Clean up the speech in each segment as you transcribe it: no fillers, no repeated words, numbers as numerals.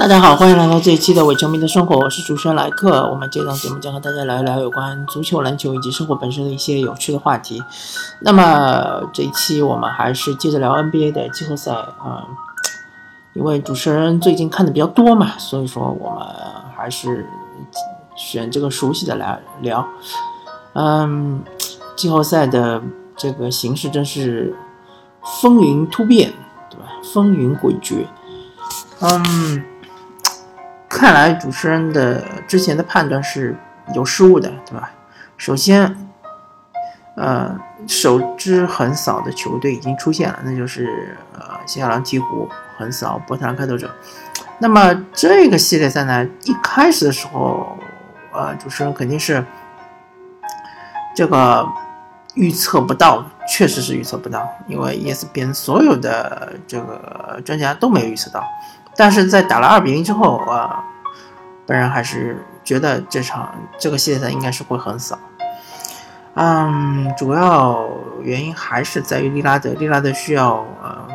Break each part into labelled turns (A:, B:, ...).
A: 大家好，欢迎来到这一期的伪球迷的生活，我是主持人莱克。我们这档节目将和大家聊一聊有关足球、篮球以及生活本身的一些有趣的话题。那么这一期我们还是接着聊 NBA 的季后赛因为主持人最近看的比较多嘛，所以说我们还是选这个熟悉的来聊。季后赛的这个形势真是风云突变，对吧？风云诡谲。看来主持人的之前的判断是有失误的，对吧？首先，首支横扫的球队已经出现了，那就是西雅图鹈鹕横扫波特兰开拓者。那么这个系列赛呢，一开始的时候，主持人肯定是这个预测不到，确实是预测不到，因为 ESPN 所有的这个专家都没有预测到。但是在打了2-0之后本人还是觉得这个系列赛应该是会横扫。主要原因还是在于利拉德需要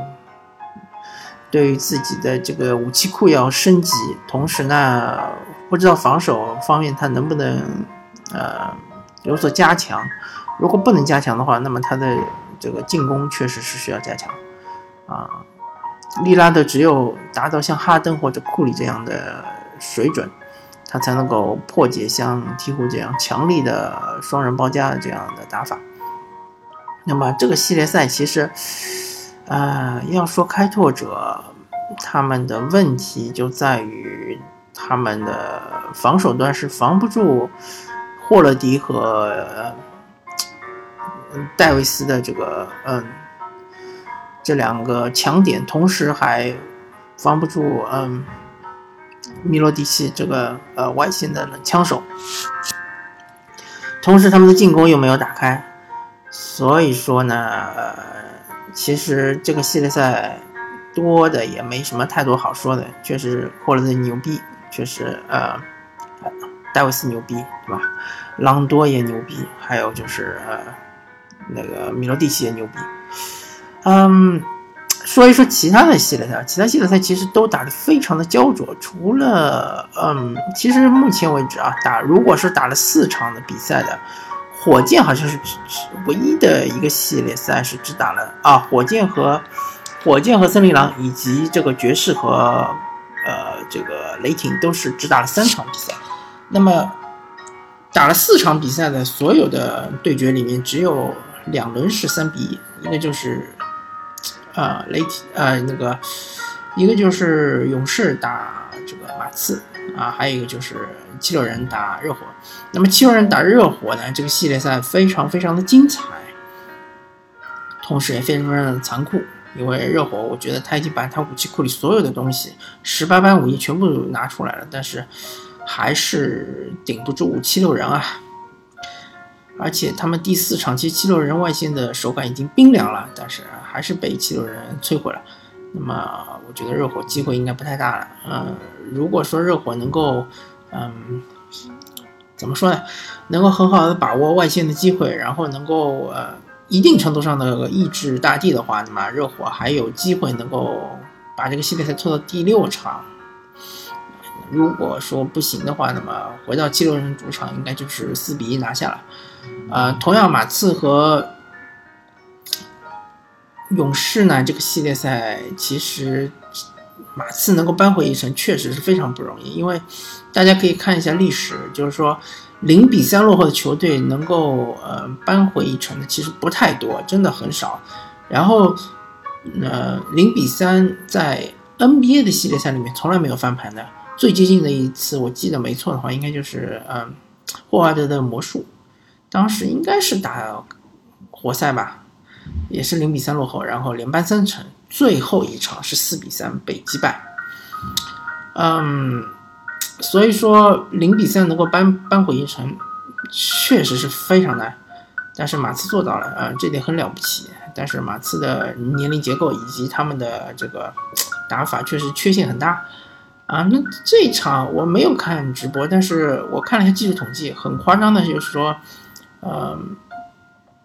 A: 对于自己的这个武器库要升级，同时呢，不知道防守方面他能不能有所加强。如果不能加强的话，那么他的这个进攻确实是需要加强利拉德只有达到像哈登或者库里这样的水准，他才能够破解像鹈鹕这样强力的双人包夹这样的打法。那么这个系列赛其实要说开拓者他们的问题就在于他们的防守端是防不住霍勒迪和戴维斯的这两个强点，同时还防不住米罗蒂奇这个外线的枪手，同时他们的进攻又没有打开，所以说呢其实这个系列赛多的也没什么太多好说的，确实霍勒德牛逼，确实戴维斯牛逼，对吧？朗多也牛逼，还有就是那个米罗蒂奇也牛逼。说一说其他系列赛其实都打得非常的焦灼，除了其实目前为止如果是打了4场的比赛的火箭，好像是唯一的一个系列赛是只打了火箭和森林狼以及这个爵士和这个雷霆都是只打了3场比赛。那么打了4场比赛的所有的对决里面，只有2轮是3-1，一个就是一个就是勇士打这个马刺还有一个就是七六人打热火。那么七六人打热火呢，这个系列赛非常非常的精彩，同时也非常非常的残酷，因为热火我觉得他已经把他武器库里所有的东西18般武艺全部拿出来了，但是还是顶不住七六人而且他们第4场其实七六人外线的手感已经冰凉了，但是还是被七六人摧毁了。那么我觉得热火机会应该不太大了。如果说热火能够怎么说呢，能够很好的把握外线的机会，然后能够一定程度上的抑制大帝的话，那么热火还有机会能够把这个系列赛拖到第6场。如果说不行的话，那么回到七六人主场应该就是4-1拿下了。同样马刺和勇士呢，这个系列赛其实马刺能够扳回一城确实是非常不容易，因为大家可以看一下历史，就是说0-3落后的球队能够扳回一城的其实不太多，真的很少。然后0-3在 NBA 的系列赛里面从来没有翻盘的，最接近的一次我记得没错的话应该就是霍华德的魔术，当时应该是打活塞吧，也是0-3落后，然后连扳3城，最后一场是4-3被击败。所以说0-3能够扳回一城确实是非常难，但是马刺做到了这点很了不起。但是马刺的年龄结构以及他们的这个打法确实缺陷很大那这一场我没有看直播，但是我看了一下技术统计，很夸张的就是说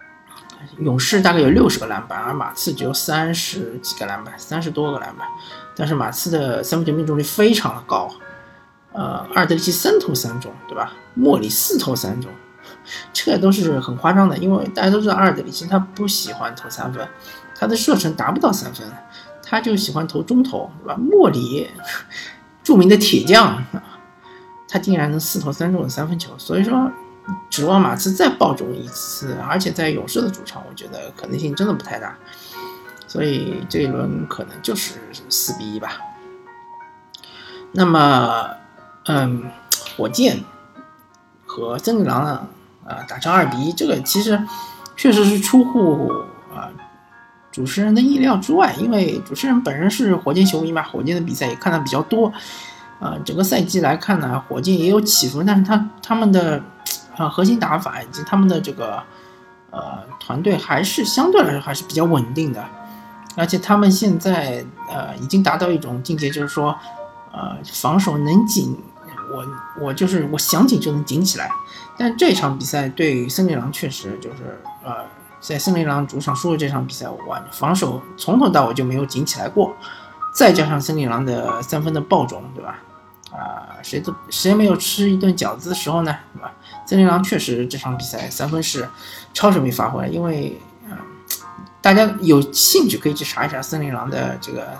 A: 勇士大概有60个篮板，而马刺只有30几个篮板，30多个篮板。 但是马刺的三分球命中率非常的高，阿尔德里奇3投3中，对吧？莫里4投3中，这都是很夸张的，因为大家都知道阿尔德里奇他不喜欢投3分，他的射程达不到3分，他就喜欢投中投，对吧？莫里著名的铁匠，他竟然能4投3中的3分球，所以说指望马刺再爆中一次，而且在勇士的主场，我觉得可能性真的不太大，所以这一轮可能就是4-1吧。那么，火箭和森林狼呢，打成2-1，这个其实确实是出乎主持人的意料之外，因为主持人本人是火箭球迷嘛，火箭的比赛也看得比较多，整个赛季来看呢，火箭也有起伏，但是他们的核心打法以及他们的这个团队还是相对来说还是比较稳定的，而且他们现在已经达到一种境界，就是说防守能紧，我就是我想紧就能紧起来。但这场比赛对森林狼确实就是在森林狼主场输了这场比赛，防守从头到尾就没有紧起来过，再加上森林狼的3分的爆种，对吧？谁没有吃一顿饺子的时候呢，对吧？森林狼确实这场比赛3分是超水平发挥，因为大家有兴趣可以去查一下森林狼的这个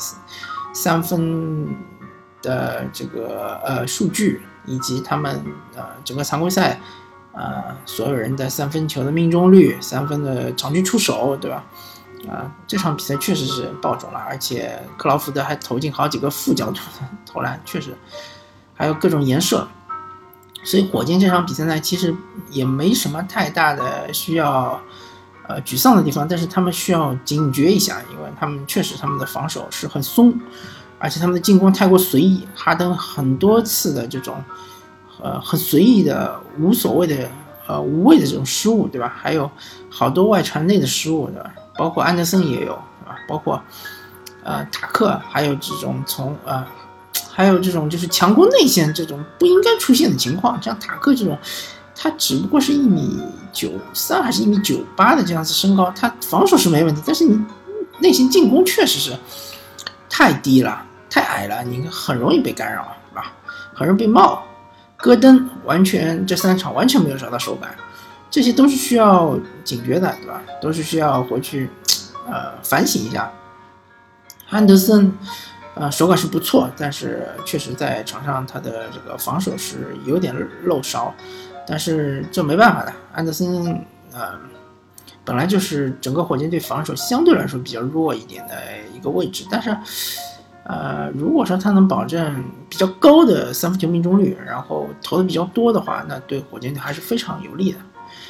A: 3分的这个数据，以及他们整个常规赛所有人的3分球的命中率、3分的场均出手，对吧？这场比赛确实是爆种了，而且克劳福德还投进好几个负角度的投篮，确实还有各种颜色，所以火箭这场比赛呢，其实也没什么太大的需要沮丧的地方，但是他们需要警觉一下，因为他们确实他们的防守是很松，而且他们的进攻太过随意，哈登很多次的这种很随意的无所谓的无谓的这种失误，对吧？还有好多外传内的失误，对吧？包括安德森也有，对吧？包括塔克，还有这种还有这种就是强攻内线这种不应该出现的情况，像塔克这种，他只不过是1.93米还是1.98米的这样子身高，他防守是没问题，但是你内线进攻确实是太低了，太矮了，你很容易被干扰，对吧？很容易被冒。戈登完全这3场完全没有找到手感，这些都是需要警觉的，对吧？都是需要回去反省一下。安德森手感是不错，但是确实在场上他的这个防守是有点漏勺，但是这没办法的，安德森本来就是整个火箭队防守相对来说比较弱一点的一个位置，但是如果说他能保证比较高的3分球命中率，然后投的比较多的话，那对火箭队还是非常有利的。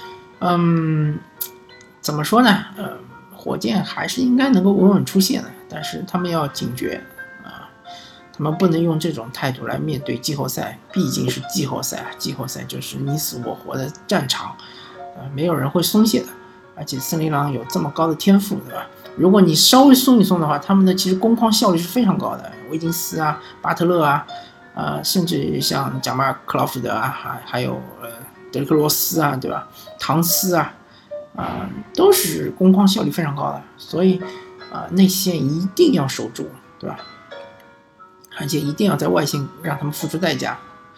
A: 怎么说呢？火箭还是应该能够稳稳出线的，但是他们要警觉他们不能用这种态度来面对季后赛，毕竟是季后赛，季后赛就是你死我活的战场，没有人会松懈的。而且森林狼有这么高的天赋，对吧？如果你稍微松一松的话，他们的其实攻框效率是非常高的，维金斯啊、巴特勒啊，甚至像贾马尔·克劳福德啊，还有德里克·罗斯啊，对吧？唐斯啊，都是攻框效率非常高的，所以内线一定要守住，对吧？而且一定要在外线让他们付出代价。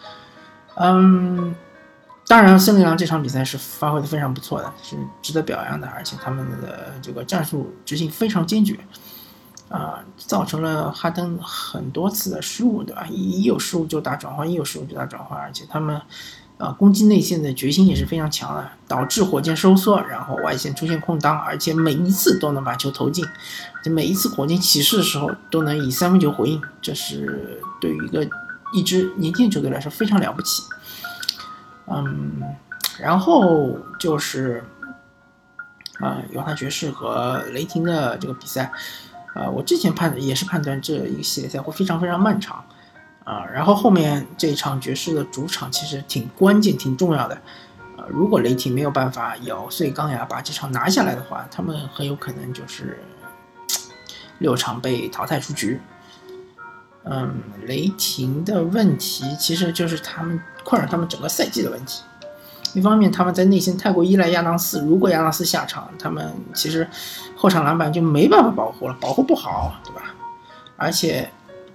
A: 当然森林狼这场比赛是发挥的非常不错的，是值得表扬的，而且他们的这个战术执行非常坚决，造成了哈登很多次的失误，对吧？一有失误就打转换，一有失误就打转换，而且他们攻击内线的决心也是非常强的，导致火箭收缩，然后外线出现空当，而且每一次都能把球投进，每一次火箭起势的时候都能以3分球回应，这是对于一支年轻球队来说非常了不起。然后就是犹他爵士和雷霆的这个比赛，我之前也是判断这一个系列赛会非常非常漫长然后后面这一场爵士的主场其实挺关键挺重要的，如果雷霆没有办法咬碎钢牙把这场拿下来的话，他们很有可能就是6场被淘汰出局。雷霆的问题其实就是他们困扰他们整个赛季的问题。一方面他们在内线太过依赖亚当斯，如果亚当斯下场，他们其实后场篮板就没办法保护了，保护不好，对吧？而且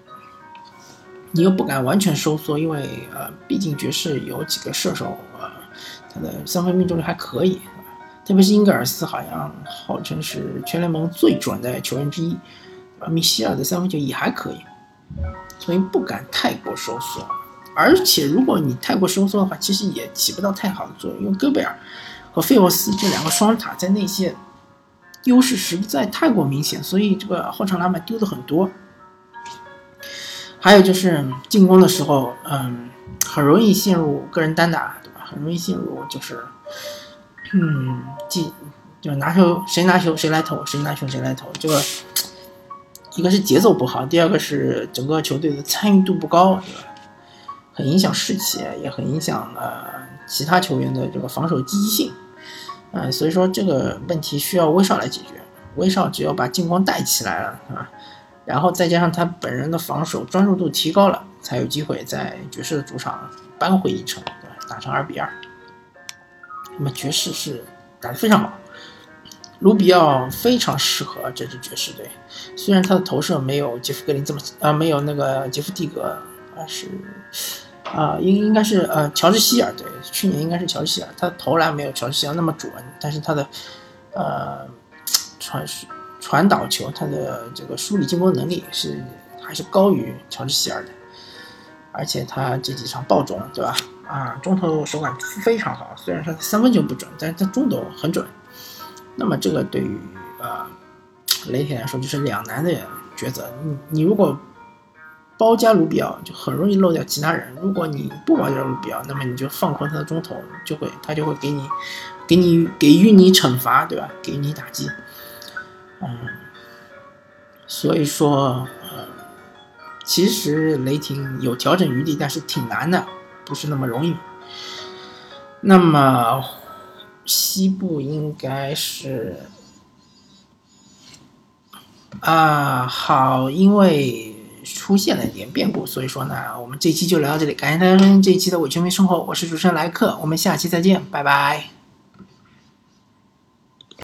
A: 你又不敢完全收缩，因为毕竟爵士有几个射手他的三分命中率还可以，特别是英格尔斯好像号称是全联盟最准的球员之一，米歇尔的三分球也还可以，所以不敢太过收缩。而且如果你太过收缩的话，其实也起不到太好的作用，因为戈贝尔和费沃斯这两个双塔在内线优势实在太过明显，所以这个后场篮板丢的很多。还有就是进攻的时候，很容易陷入个人单打，对吧？很容易陷入就拿球谁拿球谁来投，谁拿球谁来投。这个一个是节奏不好，第二个是整个球队的参与度不高，对吧？很影响士气，也很影响其他球员的这个防守积极性。所以说这个问题需要威少来解决。威少只要把进攻带起来了然后再加上他本人的防守专注度提高了，才有机会在爵士的主场扳回一城，对吧？打成2-2。那么爵士是打得非常好，卢比奥非常适合这支爵士队。虽然他的投射没有杰夫格林这么没有那个杰夫蒂格应该是乔治希尔，对，去年应该是乔治希尔，他的投篮没有乔治希尔那么准，但是他的传导球，他的这个梳理进攻能力还是高于乔治希尔的，而且他这几场爆中，对吧？中投手感非常好，虽然他三分球不准，但是他中投很准。那么这个对于雷霆来说就是两难的抉择。你如果包夹卢比奥，就很容易漏掉其他人；如果你不包夹卢比奥，那么你就放宽他的中投，他就会给予你惩罚，对吧？给予你打击。所以说其实雷霆有调整余地，但是挺难的，不是那么容易。那么西部应该是好，因为出现了一点变故，所以说呢，我们这期就聊到这里，感谢大家收听这一期的伪球迷生活，我是主持人莱克，我们下期再见，拜拜。